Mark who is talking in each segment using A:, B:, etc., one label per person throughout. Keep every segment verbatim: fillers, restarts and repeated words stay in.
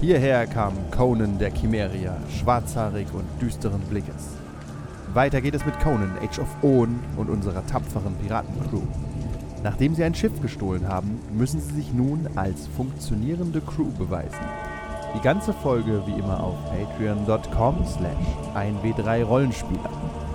A: Hierher kam Conan der Chimerier, schwarzhaarig und düsteren Blickes. Weiter geht es mit Conan, Age of Owen und unserer tapferen Piratencrew. Nachdem sie ein Schiff gestohlen haben, müssen sie sich nun als funktionierende Crew beweisen. Die ganze Folge wie immer auf patreon dot com slash eins w drei Rollenspieler.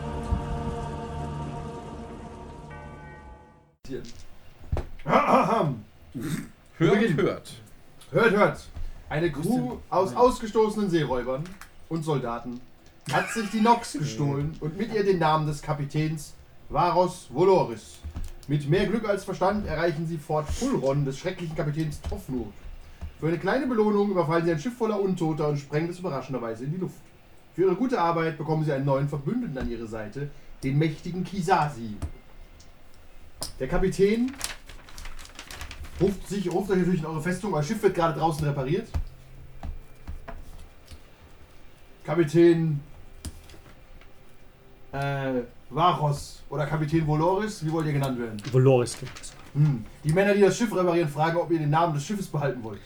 B: Hört, hört.
C: Hört, hört. Eine Crew aus ausgestoßenen Seeräubern und Soldaten hat sich die Nox gestohlen und mit ihr den Namen des Kapitäns Varos Voloris. Mit mehr Glück als Verstand erreichen sie Fort Fulron des schrecklichen Kapitäns Tofnur. Für eine kleine Belohnung überfallen sie ein Schiff voller Untoter und sprengen es überraschenderweise in die Luft. Für ihre gute Arbeit bekommen sie einen neuen Verbündeten an ihre Seite, den mächtigen Kisasi. Der Kapitän ruft, sich, ruft euch natürlich in eure Festung, euer Schiff wird gerade draußen repariert. Kapitän äh, Varos oder Kapitän Voloris, wie wollt ihr genannt werden?
D: Voloris klingt besser.
C: Hm. Die Männer, die das Schiff reparieren, fragen, ob ihr den Namen des Schiffes behalten wollt.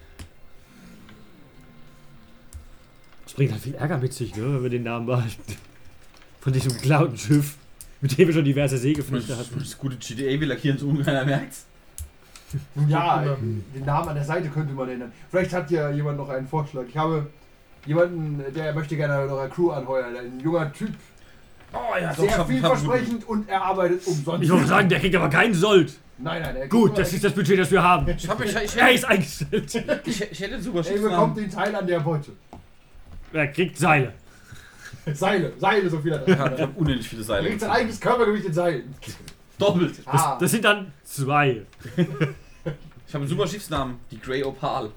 D: Das bringt halt viel Ärger mit sich, ne, wenn wir den Namen behalten. Von diesem geklauten Schiff, mit dem wir schon diverse Seegefechte hatten.
B: Das gute G D A, wir lackieren es um, keiner merkt's.
C: Ja, äh, den Namen an der Seite könnte man ändern. Vielleicht hat ja jemand noch einen Vorschlag. Ich habe jemanden, der möchte gerne in eurer Crew anheuern. Ein junger Typ.
B: Oh ja,
C: Sehr vielversprechend und er arbeitet umsonst.
D: Ich wollte sagen, der kriegt aber keinen Sold.
C: Nein, nein, er
D: Gut, das ist das Budget, das wir haben.
B: Ich, hab, ich, ich,
D: Er
B: ich,
D: ist eingestellt.
B: ich, ich hätte sogar
C: Er bekommt den Teil an der Beute.
D: Er kriegt Seile.
C: Seile, Seile, so viel da
B: ich
C: dran.
B: habe hab unendlich viele
C: Er
B: Seile.
C: kriegt sein eigenes Körpergewicht in Seilen.
B: Doppelt.
D: Das,
C: Ah.
D: das sind dann zwei.
B: Ich habe einen super Schiffsnamen, die Grey Opal.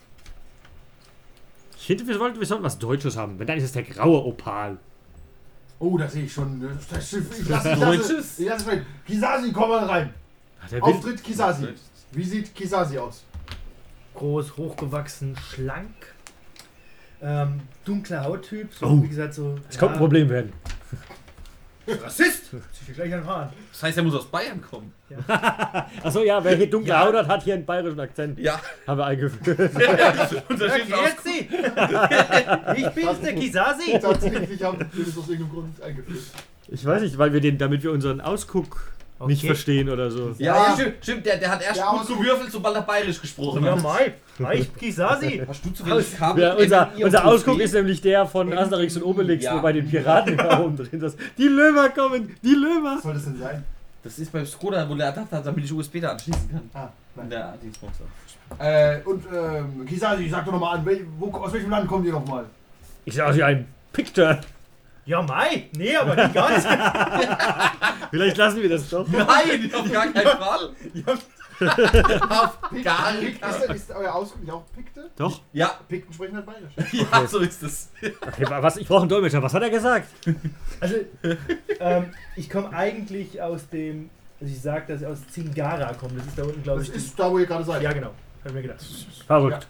D: Ich finde, wir sollten, wir sollten was Deutsches haben. Wenn dann ist es der graue Opal.
C: Oh, da sehe ich schon. Das Schiff. Ich lasse, ich lasse,
B: Deutsches?
C: ich lasse sprechen. Kisasi, komm mal rein.
D: Ach, der will,
C: Auftritt Kisasi. Wie sieht Kisasi aus?
E: Groß, hochgewachsen, schlank. Ähm, dunkler Hauttyp. So,
D: Oh.
E: wie gesagt, so.
D: es kommt ein Problem werden.
C: Rassist!
E: Zieh ich gleich an den Haaren.
B: Das heißt, er muss aus Bayern kommen.
D: Achso, ja, wer hier dunkel
E: Ja.
D: Haut hat, hat hier einen bayerischen Akzent.
B: Ja.
D: Haben wir eingeführt.
B: Unser
E: Ja,
B: Schiff aus.
E: jetzt sie! Ich bin's, der Kisasi!
C: Tatsächlich haben wir das aus irgendeinem Grund eingeführt.
D: Ich weiß nicht, weil wir den, damit wir unseren Ausguck
E: Okay.
D: nicht verstehen oder so.
B: Ja,
C: Ja.
B: ja, stimmt, stimmt. Der, der hat erst
C: Ja,
B: gut
C: aber-
B: gewürfelt, sobald er bayerisch gesprochen
E: Ja,
B: hat.
E: Mai! Ich Kisasi!
B: Hast du zufällig Kabel?
D: Ja, unser
B: Ihr
D: unser
B: Profil?
D: Ausguck ist nämlich der von Asterix und Obelix,
B: Ja.
D: wo bei den Piraten immer oben drin ist. Die Löwer kommen, die Löwer!
C: Was soll das denn sein?
B: Das ist beim Skoda, wo der Adapter hat, damit ich U S B da anschließen kann.
C: Ah,
B: In
C: nein.
B: der Dingsbox.
C: Äh, und ähm, Kisasi, sag doch nochmal an, wel, wo, aus welchem Land kommt ihr nochmal?
D: Ich sehe aus wie ein Pikter.
E: Ja, Mai! Nee, aber nicht ganz!
D: Vielleicht lassen wir das doch.
B: Nein, auf gar keinen Fall. Auf gar keinen
C: Ist,
B: Fall.
C: ist euer Ausdruck nicht auch Pikte?
D: Doch?
B: Ja,
C: Pikten sprechen halt bayerisch.
B: ja, so ist es.
D: Okay, was, ich brauche einen Dolmetscher. Was hat er gesagt?
E: Also, ähm, ich komme eigentlich aus dem. Also, ich sag, dass ich aus Zingara komme. Das ist da unten, glaube
C: Das
E: ich.
C: ist da, wo ihr gerade seid.
E: Ja, genau. Hab ich mir gedacht.
D: Verrückt.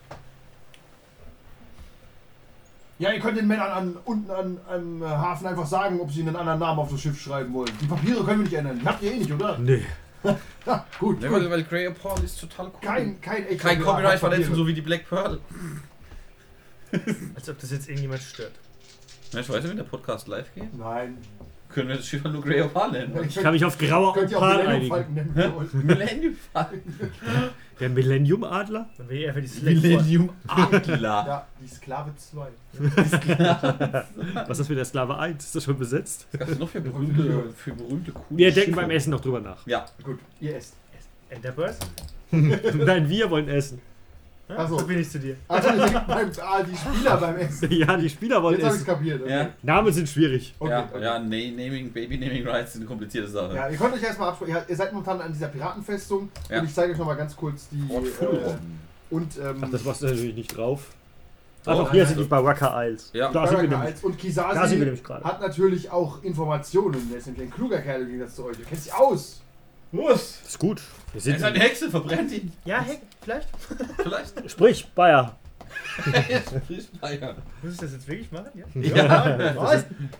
C: Ja, ihr könnt den Männern an, unten an, am Hafen einfach sagen, ob sie einen anderen Namen auf das Schiff schreiben wollen. Die Papiere können wir nicht ändern. Die habt ihr eh nicht, oder?
D: Nee.
C: Ja, gut.
B: Ja,
C: gut.
B: weil, weil Grey Opal ist total cool.
C: Kein, kein echter
B: Kein Copyright-Verletzung,
C: Papiere.
B: so wie die Black Pearl.
E: Als ob das jetzt irgendjemand stört.
B: Ja, ich weiß nicht, wenn der Podcast live geht,
C: Nein.
B: können wir das Schiff halt nur Grey Opal nennen.
C: Ich
D: Ich kann mich auf grauer
C: könnt ihr auch
D: Opal
C: Millennium
D: einigen.
C: Falken nennen. wenn ihr wollt.
B: Millennium Falcon.
D: Der Millennium-Adler?
E: Dann wäre eher für die Slack
B: Millennium Adler.
C: Ja, die Sklave zwei.
D: Was ist das mit der Sklave eins? Ist das schon besetzt?
B: Was gab's noch für berühmte, für berühmte coole
D: Wir denken
B: Schiffe?
D: beim Essen noch drüber nach.
B: Ja.
C: Gut, ihr esst.
E: Enterprise?
D: Nein, wir wollen essen.
E: Ja,
C: Ach so.
E: so bin ich zu dir.
C: Also, ihr denkt beim, ah, die Spieler beim Essen.
D: Ja, die Spieler wollen
C: Jetzt habe ich es
D: essen.
C: kapiert. Okay.
B: Ja.
D: Namen sind schwierig.
C: Okay,
B: ja,
C: okay.
B: ja, Na- Naming, Baby Naming Rights sind eine komplizierte Sache.
C: Ja, ihr könnt euch erstmal absprechen. Ihr seid momentan an dieser Piratenfestung.
B: Ja.
C: Und ich zeige euch nochmal ganz kurz die.
B: Fort
C: Äh,
B: Fulron.
C: und ähm,
D: Ach, das machst du natürlich nicht drauf.
B: Oh,
D: Ach doch, hier
B: nein,
D: sind die
B: nein.
D: Baraka Isles.
B: Ja.
D: Da sind wir
C: Baraka
D: nämlich.
C: als- und
D: Da sind wir
C: Kisasi
D: nämlich gerade.
C: hat natürlich auch Informationen. Der ist nämlich ein kluger Kerl im Gegensatz zu euch. Der kennt sich aus.
B: Los!
D: Das ist gut. Wir
B: Er ist
D: sind
B: eine Hexe, verbrennt ihn.
E: Ja, hey, vielleicht?
B: Vielleicht.
D: Sprich, Bayer.
B: Bayern.
E: Muss ich das jetzt wirklich machen? Ja.
B: Ja.
E: Was?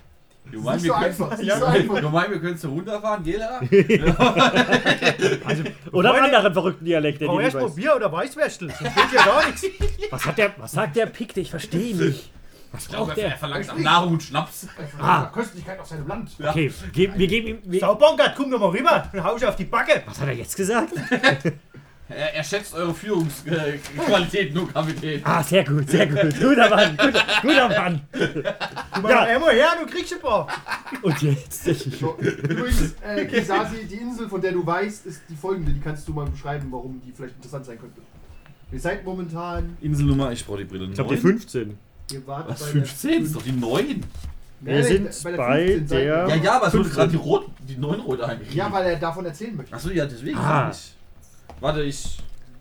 B: Du
C: Das
B: meinst,
C: ist
B: wir
C: so
B: können
C: einfach. Das ist so einfach.
B: du meinst, wir können zu runterfahren, Gela?
D: Also, oder einen anderen verrückten Dialekt, der
E: Brauch
D: dir
E: erst
D: lieber
E: mal
D: ist.
E: Bier oder Weißwürstel. Sonst geht ja gar nichts.
D: Was, hat der, was sagt der Pick? Ich verstehe nicht. Was
B: Ich glaube,
D: braucht
B: er
D: der?
B: verlangt am Nahrung und Schnaps.
D: Ah.
C: Köstlichkeit aus seinem Land.
D: Okay, ge wir geben ihm... Wir,
E: Saubonkert, komm doch mal rüber und hau ich auf die Backe.
D: was hat er jetzt gesagt?
B: Er, er schätzt eure Führungsqualitäten, nur Kapitän.
D: Ah, sehr gut, sehr gut. Guter Mann, guter, guter Mann.
E: Komm mal
D: Ja.
E: ja. her, du kriegst ein paar.
D: Und jetzt?
C: So, übrigens, äh, Kisasi, die Insel, von der du weißt, ist die folgende. Die kannst du mal beschreiben, warum die vielleicht interessant sein könnte. Ihr seid momentan,
B: Inselnummer, ich brauche die Brille.
D: Ich glaube, die fünfzehn.
C: ihr wart
B: Was,
C: bei
B: fünfzehn? Das ist doch die neun.
C: der,
D: Wir
C: Nee,
D: sind
C: der
D: bei
C: fünfzehn seid ihr.
D: der-
B: Ja, ja, aber es wurde
D: fünfzehn.
B: gerade die rot, die neun rot eingegeben.
C: Ja, weil er davon erzählen möchte.
B: Achso, ja, deswegen.
D: Ah.
B: sag ich. Warte, ich.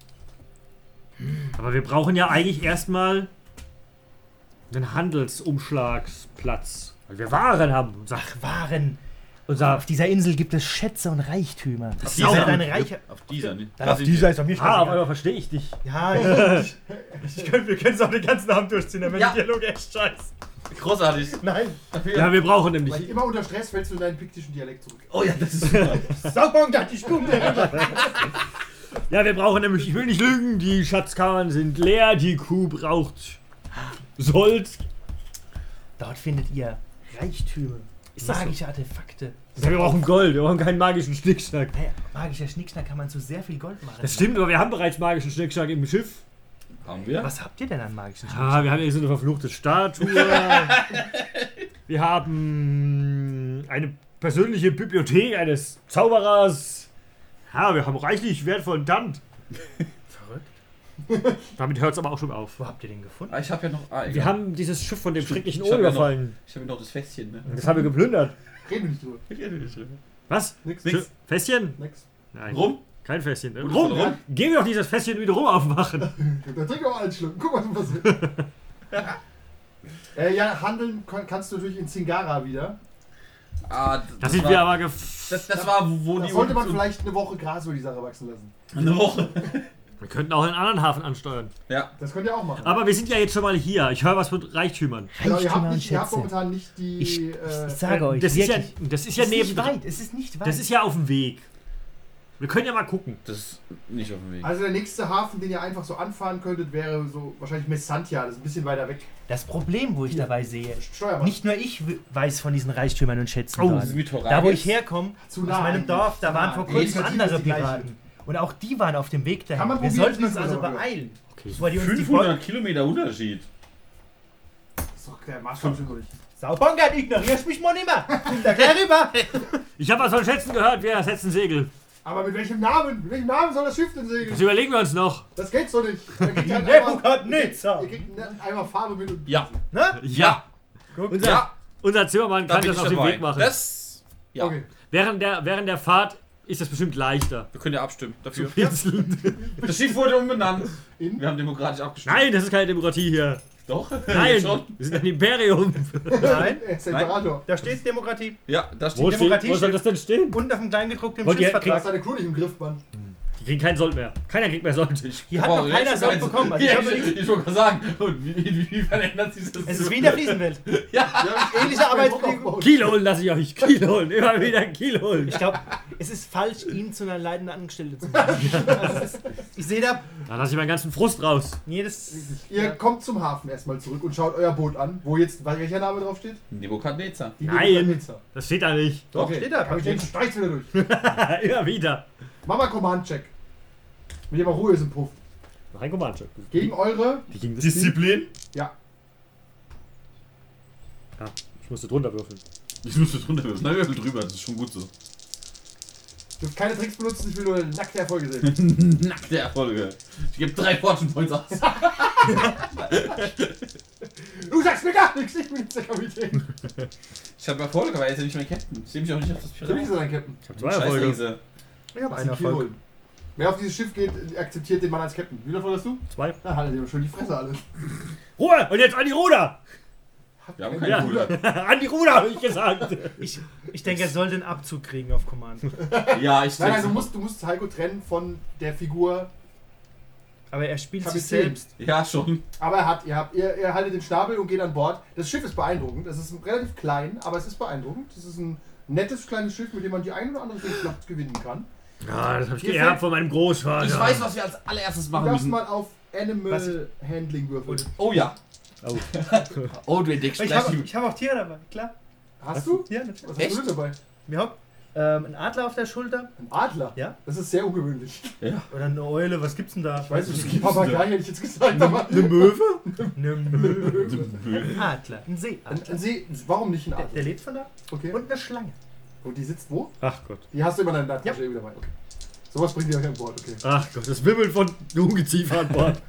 D: Aber wir brauchen ja eigentlich erstmal einen Handelsumschlagsplatz. Weil wir Waren haben. Unser,
E: Ach, Waren.
D: unser
E: Auf dieser Insel gibt es Schätze und Reichtümer.
B: Auf
E: Ihr seid
B: dieser-
E: eine reiche...
B: Auf dieser, ne?
E: Dann auf dieser ist doch mir
D: Ah, auf
E: scheißegal.
D: einmal verstehe ich dich.
E: Ja, ich, ich könnte, wir können es auch den ganzen Abend durchziehen, dann wäre
B: Ja.
E: der Dialog echt scheiße.
B: Großartig.
E: Nein.
B: Dafür.
D: Ja, wir brauchen
C: Weil
D: nämlich...
C: immer unter Stress fällst du in deinen piktischen Dialekt zurück.
B: Oh ja, das ist super.
E: Saubonkert, ich komm der rüber.
D: Ja, wir brauchen nämlich... Ich will nicht lügen, die Schatzkammern sind leer, die Kuh braucht Sold.
E: Dort findet ihr Reichtümer,
D: Ist das so?
E: magische Artefakte.
D: Ja, wir brauchen Gold, wir brauchen keinen magischen Schnickschnack.
E: Hey, magischer Schnickschnack kann man zu sehr viel Gold machen.
D: Das stimmt, aber wir haben bereits magischen Schnickschnack im Schiff.
B: Haben wir?
E: Was habt ihr denn an magischen Schnickschnack?
D: Ah, wir haben hier so eine verfluchte Statue. Wir haben eine persönliche Bibliothek eines Zauberers. Ja, wir haben reichlich wertvollen Tand.
E: Verrückt.
D: Damit hört es aber auch schon auf.
E: Wo habt ihr den gefunden?
B: Ah, ich habe ja noch. Ah, egal.
D: Wir haben dieses Schiff von dem
B: Stimmt,
D: schrecklichen
B: ich hab
D: Ohr
B: ja noch-
D: überfallen.
B: Ich habe noch das Fässchen, ne?
D: Das haben wir geplündert.
C: Reden wir nicht drüber.
D: Was?
C: Nix.
D: Sch- Fässchen?
C: Nix.
D: Nein.
B: Rum?
D: Kein Fässchen.
B: Gut,
D: Rum?
B: rum.
D: Gehen wir doch dieses Fässchen wieder rum aufmachen.
C: Dann trink auch einen Schluck. Guck mal, was passiert. äh, ja, handeln kann- kannst du natürlich in Zingara wieder.
B: Ah, d-
D: Da sind
B: war,
D: wir aber gef...
B: Das, das war, wo
C: Da
B: die.
C: sollte man
B: uns-
C: vielleicht eine Woche Gras über die Sache wachsen lassen.
B: Eine Woche.
D: Wir könnten auch einen anderen Hafen ansteuern.
B: Ja.
C: Das könnt ihr auch machen.
D: Aber wir sind ja jetzt schon mal hier. Ich höre was mit Reichtümern.
C: Genau, ihr, habt
E: Reichtümer und
C: nicht, ihr habt
E: Schätze.
C: momentan nicht die.
E: Ich,
C: äh,
E: ich sage euch,
D: Das ist, ja,
E: wirklich,
D: das ist ja
E: es ist
D: neben...
E: nicht weit, es ist nicht weit.
D: Das ist ja auf dem Weg. Wir können ja mal gucken.
B: Das ist nicht auf dem Weg.
C: Also der nächste Hafen, den ihr einfach so anfahren könntet, wäre so wahrscheinlich Messantia. Das ist ein bisschen weiter weg.
E: das Problem, wo ich
C: Hier.
E: dabei sehe.
C: Steuermann.
E: Nicht nur ich w- weiß von diesen Reichtümern und Schätzen.
D: Oh,
E: dort.
B: das ist wie Toragis.
E: Da, wo ich herkomme,
C: Zu
E: aus
C: nah
E: meinem
C: eigentlich.
E: Dorf, da
C: Zu
E: waren
C: nah.
E: vor
C: Die
E: kurzem
C: Initiative
E: andere
C: ist die gleiche.
E: Piraten. Und auch die waren auf dem Weg
C: Kann
E: dahin.
C: man
E: Wir
C: probieren,
E: sollten uns
C: schließen
E: also
C: wir darüber.
E: beeilen.
D: Okay.
E: Bevor die uns die
B: fünfhundert Kilometer Unterschied.
C: Das ist doch der Maßstab schon durch.
E: Saubonkert, ignorierst mich mal nicht mehr. Da geh rüber.
D: Ich habe was von Schätzen gehört. Wir setzen Segel.
C: Aber mit welchem Namen? Mit welchem Namen soll das Schiff denn segeln?
D: Das überlegen wir uns noch.
C: Das geht so nicht. Ihr kriegt halt
E: Nebukadnezar.
C: Ihr kriegt einen Eimer Farbe mit und
B: Ja.
E: Ne?
B: Ja.
D: Unser,
B: Ja.
D: unser Zimmermann
B: Da
D: kann
B: bin
D: das
B: ich
D: auf den
B: dabei.
D: Weg machen.
B: Das. Ja.
C: Okay.
D: Während, der, während der Fahrt ist das bestimmt leichter.
B: Wir können ja abstimmen dafür.
D: Pinseln.
B: Das Schiff wurde umbenannt.
C: In?
B: Wir haben demokratisch abgestimmt.
D: Nein, das ist keine Demokratie hier.
B: Doch?
D: Nein,
B: Schon?
D: wir sind ein Imperium.
E: Nein,
C: Er ist der
B: Nein.
C: Imperator.
E: da steht Demokratie.
B: Ja, da steht
D: Wo, steht,
E: Demokratie
D: wo soll
E: steht-
D: das denn stehen?
E: Und auf dem Kleingedruckten im
D: Wollt ihr-
C: Du hast
E: Schiffsvertrag.
C: deine Crew nicht im Griff, Mann.
D: Die kriegen keinen Sold mehr. Keiner kriegt mehr Sold.
E: Hier hat noch keiner Sold bekommen. Also
B: Ja,
E: ich habe
B: ich, ich wollte gerade sagen, und wie, inwiefern ändert sich das?
E: Es ist wie in der Fliesenwelt.
B: Ja,
E: Ähnliche Arbeitsbedingungen.
D: Kiel holen lasse ich euch. Kiel holen. Immer wieder Kiel holen.
E: Ich glaube, es ist falsch, ihn zu einer leitenden Angestellten zu machen. Also es ist, ich sehe da
D: Da lasse ich meinen ganzen Frust raus.
E: jedes.
C: Ihr
E: Ja.
C: kommt zum Hafen erstmal zurück und schaut euer Boot an, wo jetzt, welcher Name drauf steht?
B: Nebukadnezar.
C: Die
D: Nein.
C: Nebukadnezar.
D: Das steht da nicht.
E: Doch,
C: Okay.
E: steht da.
C: Kapitän streicht wieder durch.
D: Immer wieder.
C: Mach mal Command-Check. Mit dem auch Ruhe ist im Puff.
D: Noch ein Command-Check.
C: Gegen eure.
D: Wie ging das?
B: Disziplin?
C: Ja.
D: Ja, ich musste drunter würfeln.
B: Ich muss das runterwürfeln. Na, würfel drüber, das ist schon gut so.
C: Du dürft keine Tricks benutzen, ich will nur nackte Erfolge sehen.
B: Nackte Erfolge. Ich gebe drei Fortune Points aus.
C: Du sagst mir gar nichts, ich bin jetzt der Kapitän.
B: Ich habe Erfolge, aber er ist ja nicht mein Captain. Ich sehe mich auch nicht auf das
C: Natürlich ist er dein Captain.
D: Ich habe zwei Erfolge.
B: Scheiße.
E: Ich habe
C: Das
E: einen
C: sind vier
E: Erfolg.
C: Rollen. Wer auf dieses Schiff geht, akzeptiert den Mann als Captain. Wie viel Erfolg hast du?
D: Zwei.
C: Na, haltet ihr schon die Fresse alle.
D: Ruhe! Und jetzt an die Ruder!
B: Wir haben keine
D: Ja.
B: Ruder.
D: An die Ruder, habe ich gesagt.
E: Ich, ich denke, er sollte einen Abzug kriegen auf Command.
B: Ja, ich
C: Nein, nein, du musst, du musst Heiko trennen von der Figur
E: Aber er spielt sich
C: Kapitän.
E: selbst.
B: Ja, schon.
C: Aber er hat, ihr, habt, ihr, ihr haltet den Stapel und geht an Bord. Das Schiff ist beeindruckend. Es ist relativ klein, aber es ist beeindruckend. Es ist ein nettes kleines Schiff, mit dem man die ein oder andere Schlacht gewinnen kann.
D: Ja, das habe ich
C: Hier
D: geerbt
C: fällt-
D: von meinem Großvater.
B: Ich weiß, was wir als allererstes
C: Du
B: machen
C: darfst
B: müssen.
C: mal auf Animal
E: Was?
C: Handling würfeln.
B: Oh ja.
D: Oh.
B: Oh, du entdeckst
E: Ich habe
B: gleich.
E: ich hab auch Tiere dabei, klar.
C: Hast du?
E: Ja, natürlich.
C: Was
B: Echt?
C: hast du denn dabei?
E: Wir haben ähm, einen Adler auf der Schulter.
C: Ein Adler?
E: Ja.
C: Das ist sehr ungewöhnlich.
E: Oder eine Eule, was gibt's denn da?
C: Ich weiß nicht, ein Papagei hätte ich jetzt gesagt, aber...
D: Eine Möwe?
E: Eine Möwe. Ein Adler. Ein
C: Ein,
E: Seeadler.
C: ein See, warum nicht ein
E: Der,
C: Adler?
E: der lebt von da.
C: Okay.
E: Und eine Schlange.
C: Und die sitzt wo?
D: Ach Gott.
C: Die hast du immer in deiner Tasche ja. dabei. Okay. Sowas bringt ihr euch an Bord, okay.
D: Ach Gott, das Wimmel von Ungeziefer an Bord.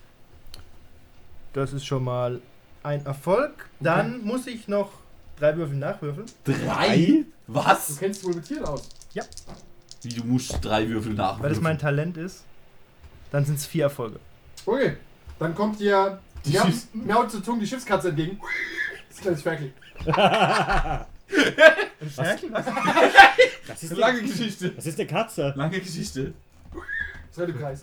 E: Das ist schon mal ein Erfolg. Dann muss ich noch drei Würfel nachwürfeln.
B: Drei?
C: Du
B: Was?
C: kennst dich wohl mit Tieren aus.
B: Wie, du musst drei Würfel nachwürfeln.
E: Weil das mein Talent ist. Dann sind es vier Erfolge.
C: Okay. Dann kommt dir...
B: Die
C: Ja,
B: Schiffs-
C: Miau zu Tung, die Schiffskatze entgegen. Das ist ein kleines Ferkel.
E: Ein Ferkel? Was?
D: Das ist,
B: Eine lange Geschichte.
D: das ist eine Katze.
B: Lange Geschichte.
C: Das ist im Kreis.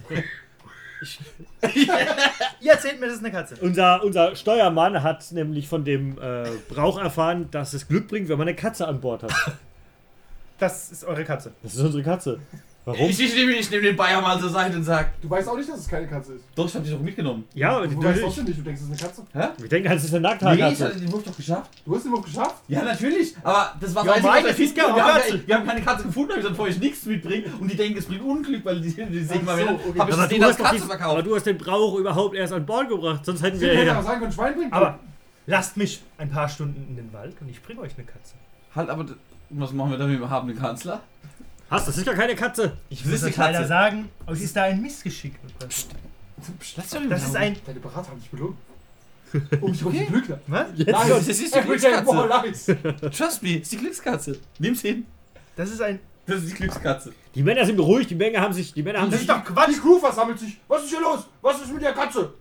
E: Ihr erzählt mir, das ist eine Katze.
D: Unser, unser Steuermann hat nämlich von dem äh, Brauch erfahren, dass es Glück bringt, wenn man eine Katze an Bord hat.
E: Das ist eure Katze.
D: Das ist unsere Katze. Warum?
B: Ich, ich, nehme, ich nehme den Bayer mal zur Seite und sag,
C: Du weißt auch nicht, dass es keine Katze ist.
B: doch, ich hab dich doch mitgenommen.
D: Ja,
C: Du weißt
D: natürlich.
C: trotzdem nicht, du denkst, es ist eine Katze.
B: Hä?
D: Wir denken, es ist eine
B: Nee, ich
D: Nackthaarkatze.
B: hatte den Wurf doch geschafft.
C: Du hast den Wurf geschafft?
B: Ja, natürlich. Aber das war
E: Ja,
B: das Einzige,
E: meine
B: was wir
E: Fiske
B: finden.
E: auch
B: Wir haben,
E: Katze.
B: keine- wir haben keine Katze gefunden, hab ich gesagt, bevor ich nichts mitbringe. Und die denken, es bringt Unglück, weil die, die sehen
C: Ach
B: mal
C: so,
B: wieder.
C: okay.
B: Hab ich
D: Aber
B: das
D: du,
B: denen als
D: hast doch
B: Katze
D: diesen, aber
B: verkauft.
D: du hast den Brauch überhaupt erst an Bord gebracht, sonst hätten
C: Sie
D: wir
C: hätten
D: ja.
C: aber sagen können, Schwein bringt.
E: Aber lasst mich ein paar Stunden in den Wald und ich bringe euch eine Katze.
B: Halt, aber d- was machen wir damit? Wir haben einen Kanzler.
D: Hast, das ist gar keine Katze.
E: Ich
B: Das
E: muss
B: ist eine
E: euch leider
B: Katze.
E: sagen, euch ist da ein Missgeschick.
B: Lass doch
E: Das ist ein...
C: Deine Berater haben dich belohnt. Um mich rum zu Glück.
E: Was?
D: Jetzt
C: Nice.
B: Das ist die
C: Everyday more
B: Glückskatze.
C: nice.
B: Trust me, ist die Glückskatze. Nimm's hin.
E: Das ist ein...
B: Das ist die Glückskatze.
D: Die Männer sind beruhigt, die Männer haben sich, die Männer haben
C: Das
D: sich,
C: ist doch Quatsch. Die Crew versammelt sich. Was ist hier los? Was ist mit der Katze?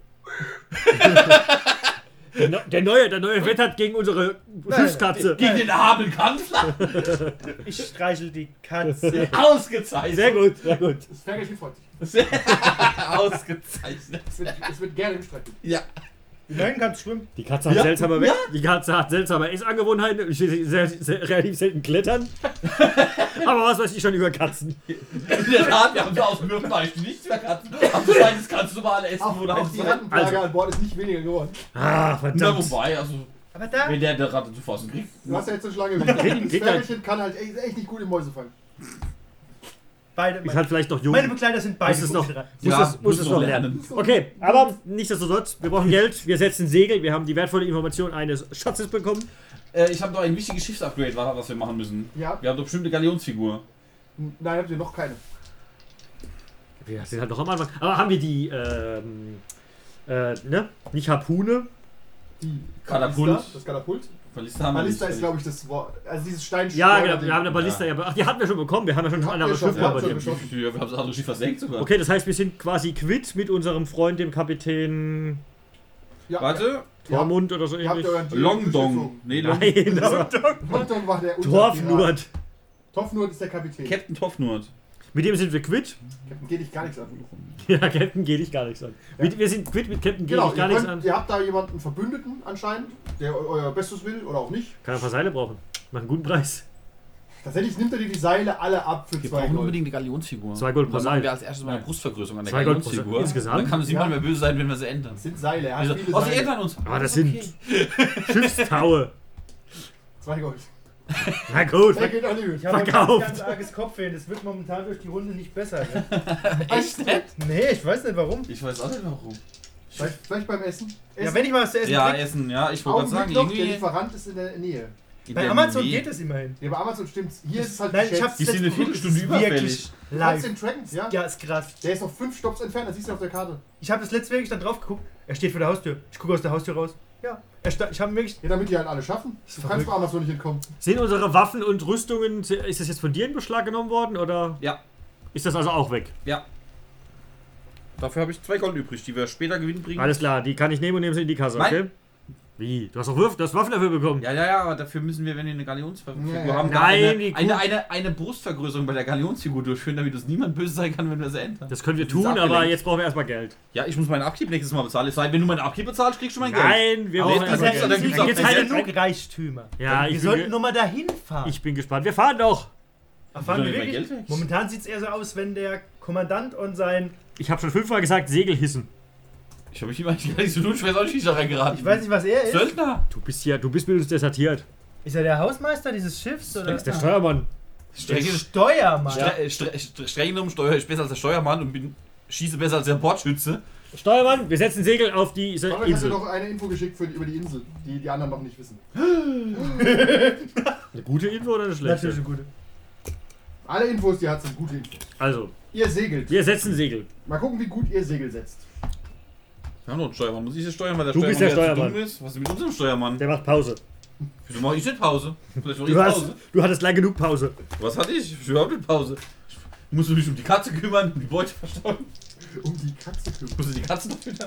D: der, Ne- der neue, der neue wettert gegen unsere Schiffskatze.
B: Gegen den erhabenen Kanzler.
E: Ich streichel die Katze.
B: Ausgezeichnet.
D: Sehr gut, sehr gut.
C: Das Ferkelchen freut sich.
B: Ausgezeichnet.
C: Es wird, es wird gerne gestreichelt.
B: Ja.
E: Nein, kannst schwimmen.
D: Die Katze hat
B: Ja,
D: seltsame
B: ja.
D: Die Katze hat seltsame Essangewohnheiten. Ich sehe sehr, sehr, relativ selten klettern. Aber was weiß ich schon über Katzen?
B: In der Tat, wir haben da aus dem Würfelbeispiel nichts mehr Katzen. Aber du meinst, kannst du mal alle essen,
C: Auch,
B: wo du
C: auch die
B: eins
C: Rattenplage
D: Also.
C: an Bord ist nicht weniger geworden.
D: Ah,
B: Na,
D: verdammt.
B: wobei, also,
E: Aber da...
B: wenn der der Ratte zu fassen kriegt.
C: Du hast ja jetzt eine Schlange.
D: krieg-
C: Das
D: krieg halt-
C: Ferkelchen kann halt echt, echt nicht gut in Mäuse fangen.
E: Beide...
D: Ist halt vielleicht noch jung.
E: Meine Begleiter sind beide
D: Muss es noch-
E: gute Ratten.
D: Muss
B: Ja,
D: es, muss
B: muss
D: es
B: noch
D: noch
B: lernen.
D: lernen. Okay, aber nichtsdestotrotz, wir brauchen Geld, wir setzen Segel, wir haben die wertvolle Information eines Schatzes bekommen.
B: Äh, ich habe noch ein wichtiges Schiffsupgrade, was was wir machen müssen.
C: Ja.
B: Wir haben doch bestimmt eine Galionsfigur.
C: Nein, habt ihr noch keine.
D: Wir sind halt noch am Anfang. Aber haben wir die, ähm, äh, ne? Nicht Harpune.
C: Die
B: Katapult.
C: Ballista, das Katapult.
B: Ballista haben wir
C: Ballista
B: nicht.
C: ist, glaube ich, das Wort. Also dieses Stein.
D: Ja, genau, wir haben eine Ballista. Ja. Ach, die hatten wir schon bekommen, wir haben ja schon
C: Die
D: ein
C: hatten
D: anderes
C: wir
D: Schiff
C: schon, ja,
D: bei
C: schon
D: dir.
C: geschossen.
B: Ja, wir haben das andere Schiff versenkt sogar.
D: Okay, das heißt, wir sind quasi quitt mit unserem Freund, dem Kapitän
C: Ja,
B: Warte.
D: Tormund oder so
C: Ihr habt
D: ähnlich.
C: euren Deal
B: Longdong.
C: durchgezogen.
B: Nee, Long
D: Nein, das war
C: Longdong war der
D: Torfnurt.
C: Torfnurt ist der Kapitän.
B: Captain Topfnurt.
D: Mit dem sind wir quitt.
C: Captain geht dich gar nichts an.
D: Ja, Captain geht ich gar nichts an. Wir, wir sind quitt mit Captain geht
C: Genau,
D: ich gar
C: ihr,
D: nichts
C: könnt,
D: an.
C: ihr habt da jemanden Verbündeten anscheinend, der eu- euer Bestes will oder auch nicht.
D: Kann ein paar Seile brauchen. Macht einen guten Preis.
C: Tatsächlich nimmt er dir die Seile alle ab für
B: Wir
C: zwei
B: brauchen
C: Gold.
B: unbedingt eine Galionsfigur.
D: Zwei Gold
B: Und
D: pro
B: dann machen
D: Seil.
B: wir als erstes mal eine Brustvergrößerung an der
D: Zwei Gold pro
B: Galionsfigur.
D: Seil. Insgesamt?
B: Dann kann es
C: Ja.
B: niemand mehr böse sein, wenn wir sie ändern.
C: Das sind Seile, er hat
B: Also,
C: viele
B: oh, sie
C: Seile.
B: ändern uns.
D: Aber das
B: ist
D: sind Schiffstaue.
C: Zwei Gold.
D: Na gut.
C: Der geht auch nicht
E: Ich habe ein ganz,
D: Verkauft.
E: ganz arges Kopfweh. Das wird momentan durch die Runde nicht besser. Ne?
B: Echt nett.
E: Nee, ich weiß nicht warum.
B: Ich weiß auch nicht warum.
C: Vielleicht, vielleicht beim Essen.
E: Ja,
C: Essen.
E: wenn ich mal was zu essen
B: Ja,
E: krieg,
B: Essen, ja, ich wollte gerade
C: Augenblick
B: sagen,
C: noch, der
B: irgendwie.
C: Lieferant ist in der Nähe.
B: in
E: bei
B: der
E: Amazon
B: Nähe.
E: geht es immerhin.
C: Ja, bei Amazon stimmt's. Hier ist es halt
E: Nein, ich
C: geschätzt.
E: hab's
B: Die sind eine
E: letzte Woche
B: Viertelstunde
E: wirklich
B: überfällig.
C: Du
E: live.
C: hast den Dragons, ja?
E: Ja, ist krass.
C: Der ist noch fünf Stopps entfernt, das siehst du auf der Karte.
E: Ich habe das letzte wirklich dann drauf geguckt. Er steht vor der Haustür. Ich gucke aus der Haustür raus. Ja. Er sta- ich habe wirklich.
C: Ja, damit die halt alle schaffen. Du kannst
E: verrückt.
C: bei Amazon nicht entkommen.
D: Sind unsere Waffen und Rüstungen, ist das jetzt von dir in Beschlag genommen worden oder
B: Ja,
D: ist das also auch weg?
B: ja. Dafür habe ich zwei Gold übrig, die wir später gewinnen bringen.
D: Alles klar, die kann ich nehmen und nehme sie in die Kasse,
B: Nein.
D: okay? Wie? Du hast doch Würf, du hast Waffen dafür bekommen.
B: Ja, ja, ja, aber dafür müssen wir, wenn wir eine Galionsfigur
C: Ja, ja.
B: haben, da
D: Nein,
B: eine,
D: die
B: eine,
D: Kuh-
B: eine, eine Brustvergrößerung bei der Galionsfigur durchführen, damit es niemand böse sein kann, wenn wir sie ändern.
D: Das können wir
B: Das ist
D: tun, aber
B: abgelenkt.
D: jetzt brauchen wir erstmal Geld.
B: Ja, ich muss meinen Abkeep nächstes Mal bezahlen. Es sei, wenn du meinen Abkeep bezahlst, kriegst du mein Geld.
D: Nein, wir
B: Aber
D: brauchen
B: jetzt
D: erstmal
B: gibt's- dann
D: Geld.
B: gibt's
E: Da
B: auch
E: gibt es
B: kein
E: halt
B: Geld.
E: genug Reichtümer.
D: Ja,
E: wir
D: ich bin
E: sollten
D: ge-
E: nur mal dahin fahren.
D: Ich bin gespannt. Wir fahren doch.
E: Ach, fahren wir
B: Soll ich mein
E: wirklich?
B: Geld weg?
E: Momentan sieht es eher so aus, wenn der Kommandant und sein...
D: Ich habe schon fünfmal gesagt, Segel hissen.
B: Ich habe mich immer gar nicht so tun, ich weiß auch nicht, wie ich da reingeraten
E: Ich weiß nicht, was er ist.
B: Söldner!
D: Du bist ja, du bist mit uns desertiert.
E: Ist er der Hausmeister dieses Schiffs? Oder?
D: Das ist der Steuermann.
E: Der
B: Streng,
E: Steuermann.
B: stre, stre, stre, streng genommen steuere ich besser als der Steuermann und bin, schieße besser als der Bordschütze.
D: Steuermann, wir setzen Segel auf diese
C: Aber ich hatte
D: Insel.
C: noch eine Info geschickt für, über die Insel, die die anderen noch nicht wissen.
D: Eine gute Info oder eine
E: Natürlich
D: schlechte?
E: eine gute.
C: Alle Infos, die er hat, sind gute Infos.
D: Also,
C: Ihr segelt.
D: wir setzen Segel.
C: Mal gucken, wie gut ihr Segel setzt.
B: Wir haben noch einen Steuermann. Muss ich das steuern, weil der
D: Du bist
B: Steuermann
D: der
B: wieder zu
D: Steuermann.
B: dumm ist? Was ist mit unserem Steuermann?
D: Der macht Pause.
B: Wieso mache ich nicht Pause? Vielleicht mache ich
D: Du, hast,
B: Pause.
D: du hattest lang genug Pause.
B: Was hatte ich? Ich habe überhaupt nicht Pause. Ich muss mich um die Katze kümmern, um die Beute verstauen.
C: Um die Katze kümmern.
B: Ich muss die Katze noch füttern.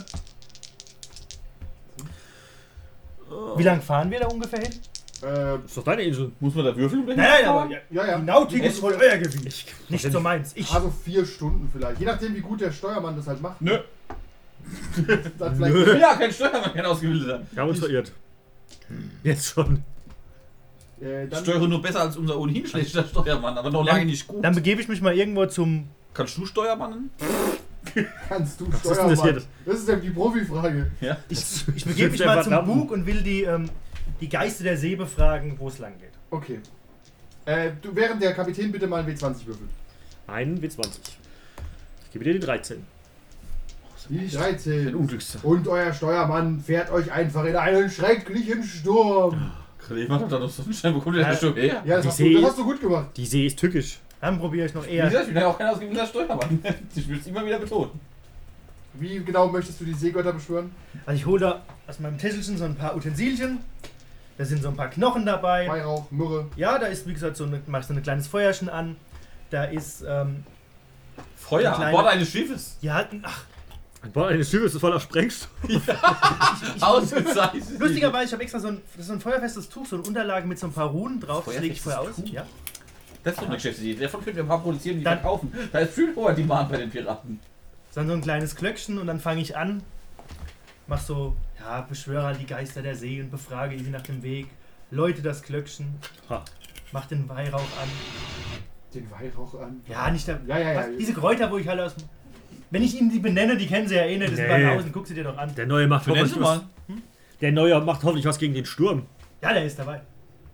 E: Wie lang fahren wir da ungefähr hin?
C: Äh,
D: Das ist doch deine Insel.
B: Muss man da würfeln?
E: Nein, nein, aber ja,
C: ja, ja.
E: die Nautik ist voll euer Gebiet. Nicht
D: denn-
E: so meins. Ich.
C: Also vier Stunden vielleicht. Je nachdem, wie gut der Steuermann das halt macht.
B: Nö.
C: Dann
D: Nö.
B: Ich
C: vielleicht.
B: bin ja kein Steuermann, kein Ausgebildeter.
D: Wir haben uns verirrt. Jetzt schon.
C: Äh,
B: Ich
C: dann
B: steuere nur besser als unser ohnehin schlechter Steuermann, aber noch lange nicht gut.
E: Dann begebe ich mich mal irgendwo zum.
B: Kannst du Steuermannen?
C: kannst du
D: Was ist denn
C: Steuermann.
D: das hier?
C: Das ist ja die Profifrage.
B: Ja.
E: Ich,
D: Das
E: ich begebe mich
D: der
E: mal zum
D: Verdammten.
E: Bug und will die, ähm, die Geister der See befragen, wo es lang geht.
C: Okay. Äh, du, während der Kapitän bitte mal ein W zwanzig würfeln.
D: Einen W zwanzig. Ich gebe dir die dreizehn.
C: Die
B: Ein
C: dreizehn.
B: Unglückszahl.
C: Und euer Steuermann fährt euch einfach in einen schrecklichen Sturm.
B: Ich mach doch da noch Sonnenschein, wo kommt der denn schon her?
C: Ja, das,
D: Die
C: hast du,
D: See-
C: das hast du gut gemacht.
D: Die See ist tückisch.
E: Dann probiere ich noch
B: Wie
E: eher.
B: gesagt, ich bin ja auch kein ausgebildeter Steuermann. Ich will es immer wieder betonen.
C: Wie genau möchtest du die Seegötter beschwören?
E: Also ich hole da aus meinem Täschelchen so ein paar Utensilien. Da sind so ein paar Knochen dabei.
C: Weihrauch, Myrrhe.
E: Ja, da ist wie gesagt so eine, mach so ein kleines Feuerchen an. Da ist ähm,
B: Feuer
E: Ein
B: an
E: kleiner-
B: Bord eines Schiffes.
E: ja, ach,
D: An Bord eines Schiffes ist voller Sprengstoff.
B: Ausgezeichnet.
E: lustigerweise, ich habe extra so ein, das ist so ein feuerfestes Tuch, so eine Unterlage mit so ein paar Runen drauf. Das lege ich vorher aus.
B: Feuerfestes Tuch?
E: Ja.
B: Das ist doch eine Geschäftsidee. Davon können wir ein paar produzieren und die
E: Dann-
B: verkaufen. Da ist viel hoher Demand bei den Piraten.
E: Dann so ein kleines Glöckchen und dann fange ich an, mach so, ja, beschwöre die Geister der See und befrage sie nach dem Weg, läute das Glöckchen,
D: Ha.
E: mach den Weihrauch an.
C: Den Weihrauch an.
E: Ja, nicht der,
C: Ja, ja, ja.
E: was, diese Kräuter, wo ich halt aus dem, wenn ich ihnen die benenne, die kennen sie ja eh nicht, das sind
D: Nee.
E: Banausen, guck sie dir doch an.
D: Der Neue macht
B: Benenn
D: hoffentlich
B: sie
D: was.
B: mal.
D: Der Neue macht hoffentlich was gegen den Sturm.
E: Ja, der ist dabei.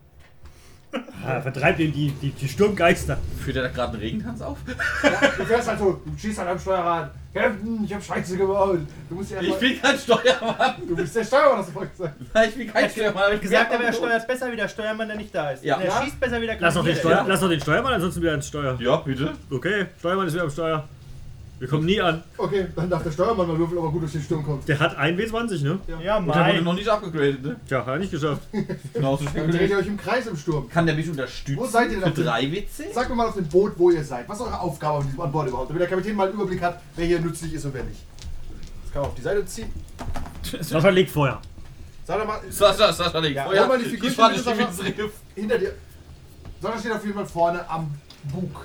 D: Ah, vertreibt ihn die, die, die Sturmgeister.
B: Führt er da gerade einen Regentanz auf?
C: Du fährst halt so, du schießt halt am Steuerrad. Captain, ich hab Scheiße gebaut. Du musst ja
B: Ich
C: erstmal.
B: bin kein Steuermann.
C: Du bist der Steuermann, hast du vorhin gesagt.
B: Nein, ich bin kein Steuermann. aber
E: Er
B: Ich
E: hat gesagt,
B: bin
E: aber er
B: einfach
E: steuert besser wie der Steuermann, der nicht da ist.
B: Ja.
E: Und er
C: Ja.
E: schießt besser wie der
D: Lass doch, den
E: Kanoniere.
D: Steuer, lass doch den Steuermann ansonsten wieder ans Steuer.
B: tot. Ja, bitte.
D: Okay, Steuermann ist wieder am Steuer. Wir kommen nie an.
C: Okay, dann darf der Steuermann mal würfeln, ob er gut durch den Sturm kommt.
D: Der hat ein W zwanzig, ne?
E: Ja,
B: Und der wurde
E: mein.
B: noch nicht abgegradet, ne?
D: Tja, hat er nicht geschafft.
B: Genauso
C: Dann dreht
B: schnell.
C: ihr euch im Kreis im Sturm.
B: Kann der mich unterstützen?
C: Wo seid ihr denn
B: Für
C: auf dem-
B: drei Witze?
C: Sagt mir mal auf dem Boot, wo ihr seid. Was ist eure Aufgabe auf diesem an Bord überhaupt? Damit der Kapitän mal einen Überblick hat, wer hier nützlich ist und wer nicht. Das kann man auf die Seite ziehen.
D: Sascha legt Feuer.
C: Sag doch mal,
B: Sascha, Sascha, leg
C: Ja,
B: Feuer.
C: hol mal die Figürchen
B: Ich fahre
C: bitte,
B: nicht
C: Sascha.
B: ins Riff.
C: hinter dir. Sascha steht auf jeden Fall vorne am Bug.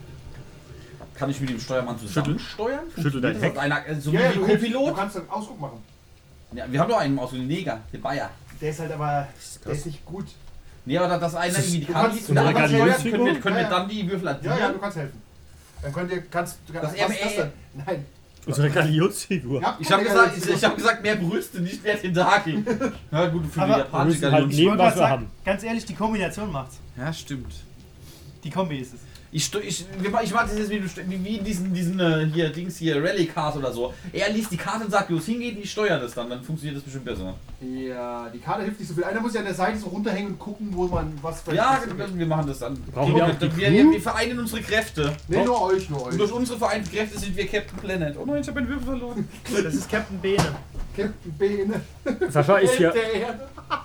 B: Kann ich mit dem Steuermann zusammen steuern?
D: Schüttel dein
B: Das
D: Heck.
B: ist einer, äh, so
C: Ja, ja,
B: wie
C: du,
B: ein
C: hilfst, du
B: Co-Pilot?
C: kannst einen Ausguck machen.
B: Ja, wir haben doch einen aus, so einen Neger, den Bayer.
C: Der ist halt aber, der ist nicht gut.
B: Nee, aber dass einer
D: Das ist-
B: irgendwie die
C: du
B: Karte
C: kannst-
B: liest und der
C: du
B: andere
C: kannst
B: steuert,
C: steuern,
B: können wir, können
C: ja,
B: wir
C: ja.
B: dann die Würfel
C: Ja,
B: addieren?
C: ja, du kannst helfen. Dann könnt ihr, kannst du
B: Das
C: was
B: R M
C: ist das
B: E.
C: denn? Nein.
D: Unsere Galionsfigur.
C: Ihr habt
B: Ich habe
C: keine
B: gesagt,
C: Galaxie.
B: ich, ich hab gesagt, mehr Brüste, nicht mehr Tentakel. Ja gut, für die
E: Aber-
B: japanische
D: Wir müssen halt
B: Galion.
D: nehmen,
E: wollte
D: was
E: grad
D: wir
E: sagen,
D: haben.
E: Ganz ehrlich, die Kombination macht's.
B: Ja, stimmt.
E: Die Kombi ist es.
B: Ich, sto- ich, wir ma- ich mache das jetzt wie, du st- wie wie in diesen, diesen äh, hier, Dings hier, Rallye-Cars oder so. Er liest die Karte und sagt, wo es hingeht und ich steuere das dann. Dann funktioniert das bestimmt besser.
C: Ja, die Karte hilft nicht so viel. Einer muss ja an der Seite so runterhängen und gucken, wo man was vielleicht
B: Ja,
C: nicht so geht.
B: wir machen das dann.
D: Brauchen wir auch die
B: wir, wir, wir vereinen unsere Kräfte.
C: Nee, nur euch, nur
B: Und durch
C: euch.
B: unsere vereinten Kräfte sind wir Captain Planet. Oh nein, ich habe meinen Würfel verloren.
E: Das ist Captain Bene.
C: Captain Bene.
D: Sascha ist hier.
C: Der Erde.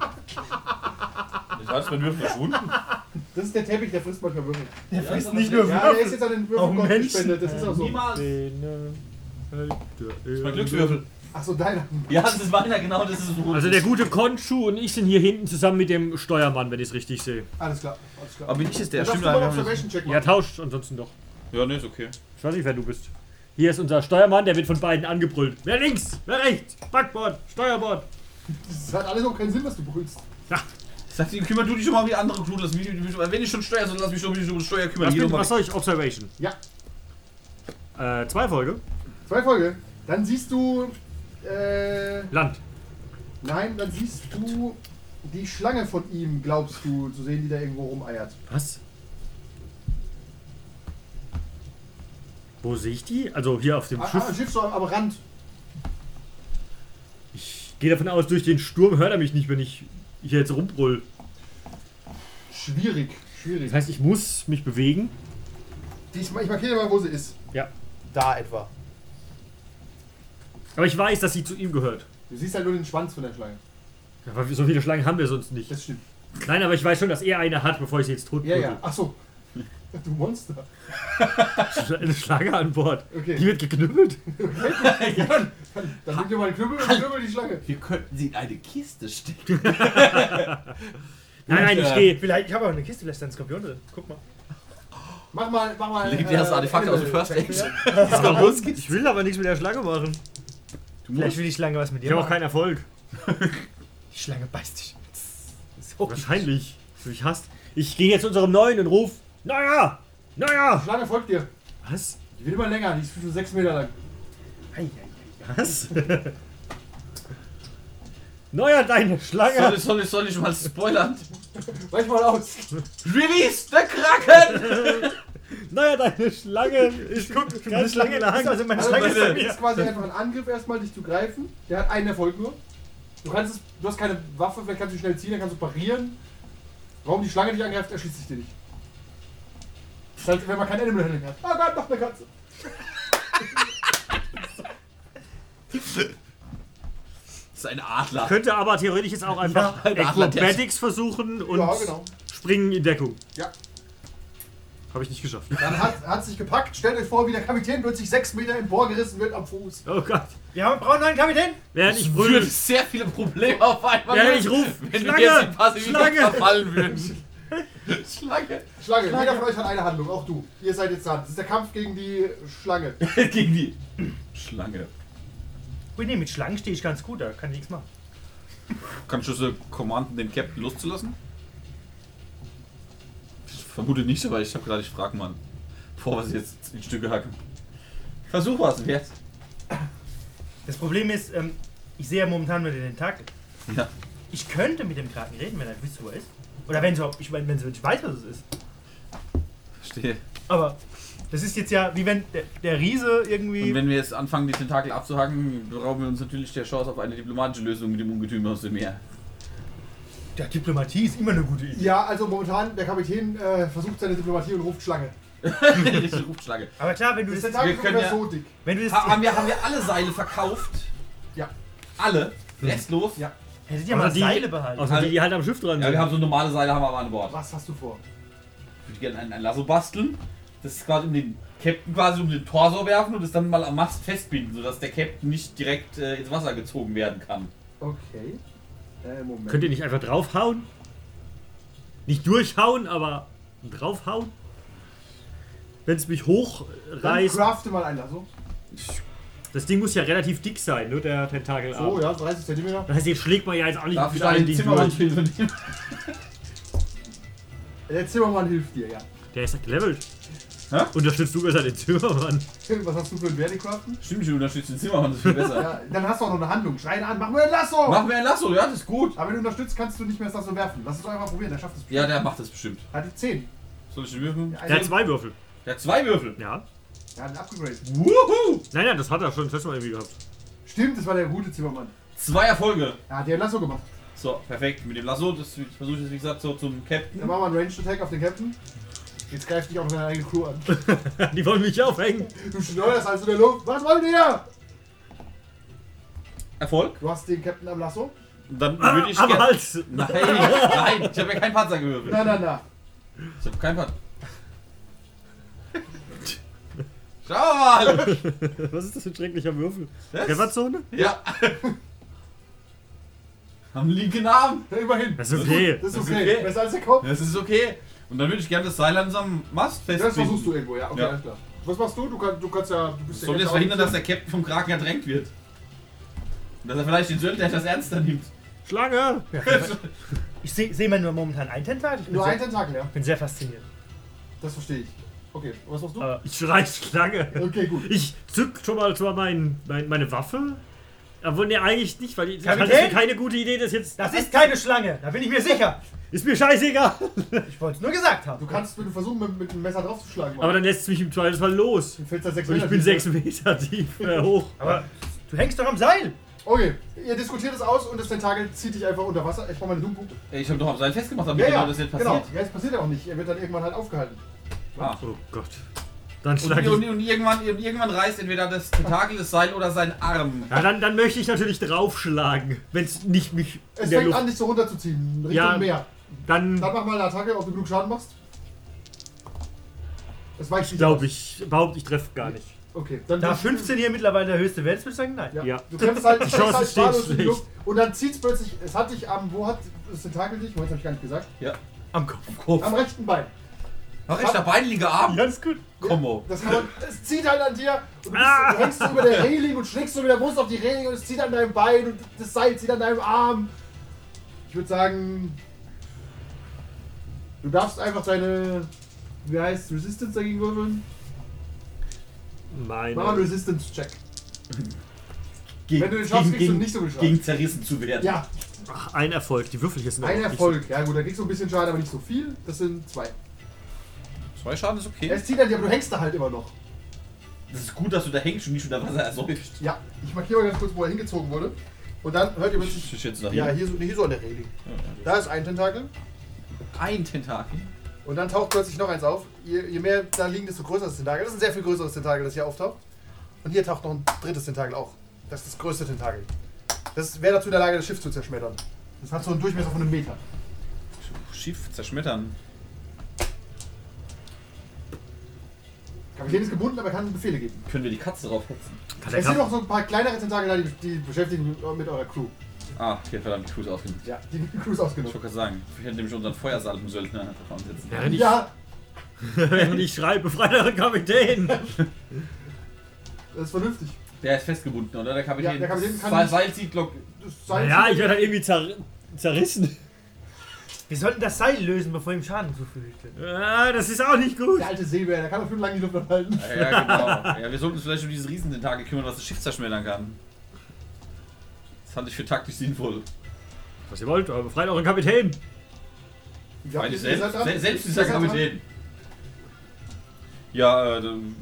B: Ich weiß, mein Würfel verschwunden.
C: Das ist der Teppich, der frisst manchmal Würfel.
E: Der
B: Ja,
E: frisst
B: das
E: nicht
B: ist-
E: nur
C: Ja, der ist
E: Würfel.
C: jetzt an den
E: Auch
C: Würfelgott
E: Menschen.
C: gespendet. Das ist auch so.
B: Niemals.
D: Bene, Held der
B: Das ist mein
D: Erde.
B: Glückswürfel.
C: Achso, deiner.
B: Ja, das ist meiner, genau, das ist so.
D: Also der gute Konshu und ich sind hier hinten zusammen mit dem Steuermann, wenn ich es richtig sehe.
C: Alles klar, alles klar.
B: Aber bin ich jetzt der?
C: Dann darfst
B: Stimmt,
C: du mal
B: wir
C: einen
B: haben das-
C: Observation-Check
D: Ja,
C: machen.
D: tauscht ansonsten doch.
B: Ja, ne, ist okay.
D: Ich weiß nicht, wer du bist. Hier ist unser Steuermann, der wird von beiden angebrüllt. Wer links, wer rechts, Backbord, Steuerbord.
C: Das hat alles auch keinen Sinn, was du brüllst.
B: Ich sag dir, kümmer du dich schon mal um die andere Crew, lass mich, mich wenn ich schon steuere, dann lass mich schon um die Steuer kümmern.
D: Was,
B: Hier
D: bin,
B: noch mal-
D: was soll ich? Observation.
C: Ja,
D: Äh, zwei Folge.
C: zwei Folge. Dann siehst du. Äh.
D: Land.
C: Nein, dann siehst du die Schlange von ihm, glaubst du, zu sehen, die da irgendwo rumeiert.
D: Was? Wo sehe ich die? Also hier auf dem
C: Ah,
D: Schiff.
C: ah, Schiff so am, am Rand.
D: Ich gehe davon aus, durch den Sturm hört er mich nicht, wenn ich hier jetzt rumbrüll.
C: Schwierig, schwierig.
D: Das heißt, ich muss mich bewegen.
C: Die- Ich markiere mal, wo sie ist.
D: Ja.
C: Da etwa.
D: Aber ich weiß, dass sie zu ihm gehört.
C: Du siehst halt nur den Schwanz von der Schlange.
D: Aber so viele Schlangen haben wir sonst nicht.
C: Das stimmt.
D: Nein, aber ich weiß schon, dass er eine hat, bevor ich sie jetzt tot
C: Ja, ja. Achso. Du Monster.
D: Eine Schlange an Bord.
C: Okay.
D: Die wird geknüppelt.
C: Ja, dann, dann nimm dir mal einen Knüppel und knüppel die Schlange.
B: Wir könnten sie in eine Kiste stecken.
D: Nein, nein, ich
B: äh,
D: gehe.
E: Vielleicht, ich habe auch eine Kiste, vielleicht ist da ein Skorpion drin. Guck mal.
C: Mach mal, mach mal.
B: Legt dir das Artefakt aus dem First Aid.
C: Animal Check.
D: Ich will aber nichts mit der Schlange machen.
E: Vielleicht will die Schlange was mit
D: Ich
E: dir
D: habe auch
E: machen.
D: keinen Erfolg.
E: Die Schlange beißt dich.
D: Oh, wahrscheinlich. Du mich hasst. Ich gehe jetzt zu unserem Neuen und ruf. Naja! Naja!
C: Die Schlange folgt dir.
D: Was?
C: Die wird immer länger, die ist schon sechs Meter lang.
D: Was? Neuer, deine
B: Soll
D: Schlange!
B: ich, soll, ich, soll ich mal spoilern?
C: Weich mal aus.
B: Release the Kraken!
D: Neuer, deine Schlange! Ich guck,
E: Meine Schlange ist also meine
C: Also
E: Schlange
C: das
E: ist bei
C: ist
E: mir.
C: quasi einfach ein Angriff, erstmal dich zu greifen. Der hat einen Erfolg nur. Du kannst es, du hast keine Waffe, vielleicht kannst du schnell ziehen, dann kannst du parieren. Warum die Schlange dich angreift, erschießt sich dir nicht. Das ist halt, wenn man kein Animal Handling hat. Oh Gott, noch eine Katze.
B: Das ist ein Adler.
D: Könnte aber theoretisch jetzt auch einfach
B: Ja, ein Adler, der-
D: Acrobatics versuchen und
C: Ja, genau.
D: springen in Deckung.
C: Ja.
D: Habe ich nicht geschafft.
C: Dann hat, hat sich gepackt. Stellt euch vor, wie der Kapitän plötzlich sechs Meter emporgerissen wird am Fuß.
D: Oh Gott.
E: Wir haben einen braunen neuen Kapitän.
D: Während ich
B: Ich
D: brüll.
B: würde sehr viele Probleme auf einmal
D: Während ich ruf.
B: wenn
D: Schlange!
B: wir jetzt in Passivität
D: Schlange!
B: verfallen würden. Schlange.
C: Schlange. Jeder von euch hat eine Handlung, auch du. Ihr seid jetzt dran. Das ist der Kampf gegen die Schlange.
B: Gegen die Schlange.
E: Ui, nee, mit Schlangen stehe ich ganz gut, da kann ich nichts machen.
B: Kannst du so commanden, den Captain loszulassen? Ich vermute nicht, aber ich habe gerade, ich frage mal, bevor wir sie jetzt in Stücke hacken. Versuch was, jetzt.
E: Das Problem ist, ähm, ich sehe ja momentan nur den Tentakel.
B: Ja.
E: Ich könnte mit dem Kraken reden, wenn er wüsste, wo er ist. Oder wenn sie, ich meine, wenn sie wirklich weiß, was es ist.
B: Verstehe.
E: Aber das ist jetzt ja, wie wenn der, der Riese
B: Und
E: irgendwie...
B: wenn wir jetzt anfangen, die Tentakel abzuhacken, berauben wir uns natürlich der Chance auf eine diplomatische Lösung mit dem Ungetüm aus dem Meer.
E: Ja, Diplomatie ist immer eine gute Idee.
C: Ja, also momentan, der Kapitän äh, versucht seine Diplomatie und ruft Schlange.
B: Richtige Ruftschlange.
E: Aber klar, wenn du
C: Das
E: das,
C: Tentakel
B: wir
C: ist
B: können
C: ungefähr
B: ja-
C: so dick.
E: wenn du das
B: Ha haben, wir, haben wir alle Seile verkauft?
C: Ja.
B: Alle? Restlos?
C: Ja.
E: hättet ihr
D: Außer
E: mal
D: die-
E: Seile behalten.
D: Außer die, die halt am Schiff dran
B: Ja,
D: sind.
B: wir haben so normale Seile, haben wir aber an Bord.
C: Was hast du vor?
B: Ich würde gerne ein, ein Lasso basteln, das ist quasi um den Captain quasi um den Torso werfen und es dann mal am Mast festbinden, sodass der Captain nicht direkt äh, ins Wasser gezogen werden kann.
C: Okay. Äh, Moment.
D: Könnt ihr nicht einfach draufhauen? Nicht durchhauen, aber draufhauen? Wenn es mich
C: Dann
D: hochreißt.
C: crafte mal ein Lasso.
D: Das Ding muss ja relativ dick sein, nur der Tentakel.
C: So, ja, dreißig Zentimeter.
D: Das heißt, jetzt schlägt man ja jetzt auch nicht
B: Darf ich
D: mit
B: da
D: allen
B: den
D: Dingen
B: Zimmermann
D: durch.
B: Hilfe nehmen?
C: Der Zimmermann hilft dir, ja.
D: Der ist gelevelt.
B: Hä?
D: Unterstützt du besser den Zimmermann?
C: Was hast du für ein Werdecraften?
B: Stimmt, ich unterstütze den Zimmermann, das ist viel besser.
C: Ja, dann hast du auch noch eine Handlung. Schrei ihn an, mach mir ein Lasso!
B: Mach mir ein Lasso, ja, das ist gut.
C: Aber wenn du unterstützt, kannst du nicht mehr das Lasso werfen. Lass es doch einfach probieren, der schafft es bestimmt.
B: Ja, der macht das bestimmt.
C: Hat die zehn.
B: Soll ich den würfeln?
C: Ja,
D: Der hat zwei Würfel.
B: Der hat zwei Würfel.
D: Ja.
C: Der hat ihn abgegradet.
B: Wuhu!
D: Nein, nein, das hat er schon das letzte Mal irgendwie gehabt.
C: Stimmt, das war der gute Zimmermann.
B: Zwei Erfolge.
C: Er hat dir ein Lasso gemacht.
B: So, perfekt. Mit dem Lasso, das versuche ich jetzt wie gesagt so zum
C: Dann
B: Captain.
C: machen wir einen Ranged Attack auf den Captain. Jetzt greift dich auch noch deine eigene Crew an.
D: Die wollen mich aufhängen.
C: Du schneuerst also in der Luft. Was wollt ihr?
B: Erfolg.
C: Du hast den Captain am Lasso?
B: Und dann würde ich
D: Aber
B: gerne.
D: halt!
B: Nein, nein, ich habe ja keinen Panzer gewürfelt.
C: Nein, nein, nein.
B: Ich habe keinen Panzer. Schau mal!
D: Was ist das für ein schrecklicher Würfel?
B: Das?
D: Trefferzone?
B: Ja. Am linken Arm.
C: Ja, immerhin.
D: Das ist okay.
C: Das ist
B: Das ist
C: okay.
B: okay.
C: Besser als der Kopf.
B: Das ist okay. Und dann würde ich gerne das Seil an unserem Mast
C: Das
B: festbinden.
C: versuchst du irgendwo, ja. Okay,
B: Ja.
C: alles klar. Was machst du? Du, kann, du kannst ja... Du bist ja
B: Soll jetzt
C: auch
B: verhindern, dass
C: nicht
B: der Captain vom Kraken ertränkt wird. Und dass er vielleicht den Söldner etwas ernster nimmt.
D: Schlange!
E: Ich sehe seh mal nur momentan ein Tentakel. Ich bin,
C: Nur ein
E: sehr,
C: Tentakel, ja.
E: bin sehr fasziniert.
C: Das verstehe ich. Okay, was machst du?
E: Aber
D: Ich schrei Schlange.
C: Okay, gut.
D: Ich zück schon mal zwar mein, mein, meine Waffe. Aber ne, eigentlich nicht, weil ich das
E: Kapitän?
D: ist keine gute Idee, das jetzt.
E: das ist keine Schlange, da bin ich mir sicher.
D: Ist mir scheißegal.
E: Ich wollte es nur gesagt haben.
C: Du kannst wenn du versuchen, mit, mit dem Messer draufzuschlagen.
D: Aber dann lässt es mich im Zweifelsfall los.
C: du fällst da sechs
D: Und ich
C: Meter
D: bin
C: tief.
D: sechs Meter tief äh, hoch.
E: Aber du hängst doch am Seil.
C: Okay, ihr diskutiert es aus und das Tentakel zieht dich einfach unter Wasser. Ich brauche meine Dummpunkte.
B: Ich habe doch am Seil festgemacht, damit
C: Ja, ja,
B: genau das nicht passiert.
C: genau. Ja, es passiert ja auch nicht. Er wird dann irgendwann halt aufgehalten.
B: Ah.
D: Oh Gott. Dann
B: Und,
D: schlag
B: und,
D: ich.
B: und, irgendwann, und irgendwann reißt entweder das Tentakel, das Seil oder sein Arm.
D: Ja, dann, dann möchte ich natürlich draufschlagen, wenn es nicht mich
C: Es
D: in der
C: fängt
D: Luft.
C: an, dich so runterzuziehen. Richtung
D: Ja.
C: Meer.
D: Dann
C: Dann mach mal eine Attacke, ob du genug Schaden machst. Das weicht nicht
D: glaube
C: aus.
D: ich, überhaupt, ich treffe gar nicht.
C: Okay, dann
E: Da
C: wirst du-
E: fünfzehn hier mittlerweile der höchste Wert ist, würde ich sagen, nein.
C: Ja.
D: Ja.
C: Du kämpfst halt,
D: Die
C: die
D: Chance
C: halt
D: steht
C: wahllos in die
D: schlecht.
C: Luft und dann zieht es plötzlich, es hat dich am, wo hat das Tentakel dich? Moment, hab ich gar nicht gesagt.
B: Ja.
E: Am Kopf.
B: Am Kopf.
C: Am rechten Bein.
B: Ach, rechter beinliger Arm.
E: Ganz gut.
B: Kombo.
C: Das kann man, es zieht halt an dir und du, bist,
D: Ah.
C: du hängst so über der Reling und schlägst so mit der Brust auf die Reling und es zieht an deinem Bein und das Seil zieht an deinem Arm. Ich würde sagen, du darfst einfach deine, wie heißt Resistance dagegen würfeln? Mach mal einen
D: Meine.
C: Resistance-Check.
B: Gegen,
C: Wenn du den schaffst, kriegst du
B: gegen,
C: nicht so viel Schaden.
B: gegen zerrissen zu werden.
C: Ja,
D: Ach, ein Erfolg. Die Würfel hier sind
C: ein
D: auch nicht
C: Erfolg. Ja gut, da kriegst du ein bisschen Schaden, aber nicht so viel. Das sind zwei.
B: Zwei Schaden ist okay.
C: Es zieht an dir, aber du hängst da halt immer noch.
B: Das ist gut, dass du da hängst und nicht unter Wasser ersäuft.
C: Ja, ich markiere mal ganz kurz, wo er hingezogen wurde. Und dann hört ihr plötzlich...
B: Ich jetzt nach
C: Ja,
B: hier.
C: hier so, hier so an der Reling. Da ist ein Tentakel.
B: Ein Tentakel.
C: Und dann taucht plötzlich noch eins auf. Je, je mehr da liegen, desto größer ist das Tentakel. Das ist ein sehr viel größeres Tentakel, das hier auftaucht. Und hier taucht noch ein drittes Tentakel auf. Das ist das größte Tentakel. Das wäre dazu in der Lage, das Schiff zu zerschmettern. Das hat so einen Durchmesser von einem Meter.
B: Schiff zerschmettern.
C: Kapitän ist gebunden, aber kann Befehle geben.
B: Können wir die Katze draufhetzen?
D: Kann der
C: Es sind
D: Kap-
C: noch so ein paar kleinere Tentakel da, die, die beschäftigen mit, mit eurer Crew.
B: Ah, okay, verdammt, die Crew ist ausgenutzt.
C: Ja, die Crew ist
B: Ich
C: ausgenutzt.
B: wollte gerade sagen, wir hätten nämlich unseren Feuersalbensöldner einfach ansetzen.
D: Während ich,
C: Ja,
D: während ich schreibe, befreit euren Kapitän.
C: das ist vernünftig.
B: Der ist festgebunden, oder? Der Kapitän.
C: Ja, der Kapitän kann
B: Seil,
C: nicht-
B: Seil zieht Glock.
C: Das Seil
D: Ja,
C: zieht-
D: ich werde halt irgendwie zer zerrissen.
E: Wir sollten das Seil lösen, bevor ihm Schaden zufügt.
D: Ah, das ist auch nicht gut.
C: Der alte Seebär, der kann auf lange die Luft anhalten.
B: Ja, ja, genau. Ja, wir sollten uns vielleicht um dieses Riesententakel kümmern, was das Schiff zerschmettern kann. Das halte ich für taktisch sinnvoll.
D: Was ihr wollt, aber befreit euren Kapitän.
C: Ja,
B: Weil
C: ihr
B: ich
C: seid
B: selbst,
C: dran.
B: se- selbst
C: Ihr
B: dieser
C: seid dran.
B: Kapitän. Ja, äh, dann-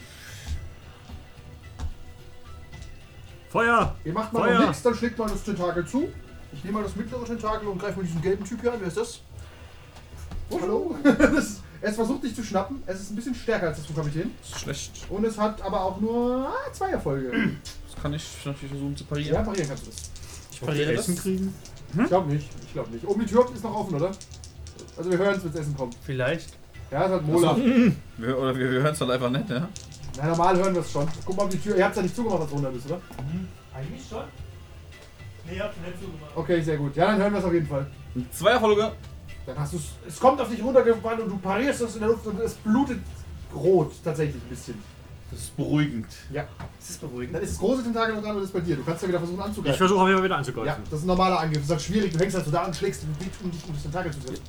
D: Feuer!
C: Ihr macht mal
D: Feuer.
C: noch nichts, dann schlägt mal das Tentakel zu. Ich nehme mal das mittlere Tentakel und greife mal diesen gelben Typ hier an. Wer ist das? Oh, hallo. Das, es versucht dich zu schnappen. Es ist ein bisschen stärker als das vom Kapitän.
B: das ist schlecht.
C: Und es hat aber auch nur ah, zwei Erfolge.
B: Das kann ich natürlich versuchen zu parieren.
C: Ja, parieren kannst du das.
B: Ich
D: Die
B: pariere
D: Essen
B: das.
D: kriegen?
C: Ich glaube nicht. Ich glaube nicht. Oben die Tür ist noch offen, oder? Also wir hören es, wenn das Essen kommt.
E: Vielleicht.
C: Ja, es hat Mola.
B: Wir, oder wir, wir hören es halt einfach nicht, ja?
C: Na, normal hören wir es schon. Guck mal, ob die Tür. Ihr habt es ja nicht zugemacht, als du runter bist, oder?
E: Eigentlich schon. Nee, habt ihr nicht zugemacht.
C: Okay, sehr gut. Ja, dann hören wir es auf jeden Fall.
B: Zwei Erfolge.
C: Dann hast du es. Es kommt auf dich runtergefahren und du parierst es in der Luft und es blutet rot tatsächlich ein bisschen.
B: Das ist beruhigend.
C: Ja.
E: Das ist beruhigend.
C: Dann ist das große Tentakel noch dran und ist bei dir. Du kannst ja wieder versuchen
D: Ich
C: anzugreifen.
D: versuche auf jeden Fall wieder
C: Ja,
D: anzugreifen.
C: das ist ein normaler Angriff. Das ist halt schwierig. Du hängst halt so da und schlägst und um dich um das Tentakel zu treffen.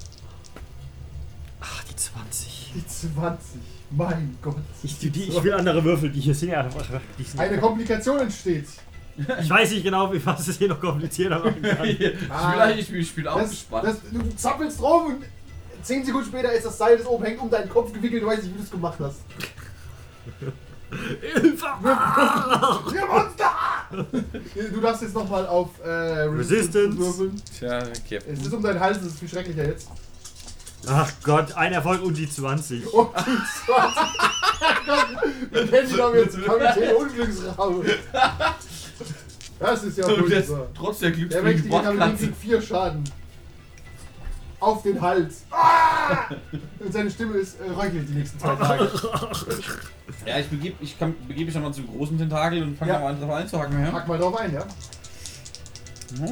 D: Ach, die zwanzig.
C: Die zwanzig. Mein Gott.
D: Ich, die, die, ich will andere Würfel, die hier sind ja einfach. Die sind
C: Eine Komplikation entsteht.
D: ich weiß nicht genau, wie was es hier noch komplizierter machen kann.
B: ich will eigentlich, ich spiele auch
C: Das,
B: gespannt.
C: das, du zappelst rum und zehn Sekunden später ist das Seil, das oben hängt, um deinen Kopf gewickelt. Du weißt nicht, wie du es gemacht hast.
D: Hilfe!
C: Ihr Monster! Du darfst jetzt nochmal auf äh,
D: Resistance.
C: würfeln.
B: Tja,
C: Es
B: Captain.
C: ist um deinen Hals, das ist viel schrecklicher jetzt.
D: Ach Gott, ein Erfolg und die zwanzig.
C: Und die zwanzig. Wir nennen ihn aber jetzt Kapitän Unglücksraum. Das ist ja
B: Und jetzt,
C: furchtbar.
B: trotz der
C: Der
B: glücksfähigen
C: mächtige Kapitän
B: Bordplatze.
C: kriegt vier Schaden. Auf den Hals. Ah! Und seine Stimme ist äh, räuchelt die nächsten zwei Tage.
B: Ja, ich begebe ich kann- begebe mich dann mal zum großen Tentakel und fange
C: Ja.
B: mal an, drauf einzuhacken. Ja?
C: Hack mal drauf ein, ja?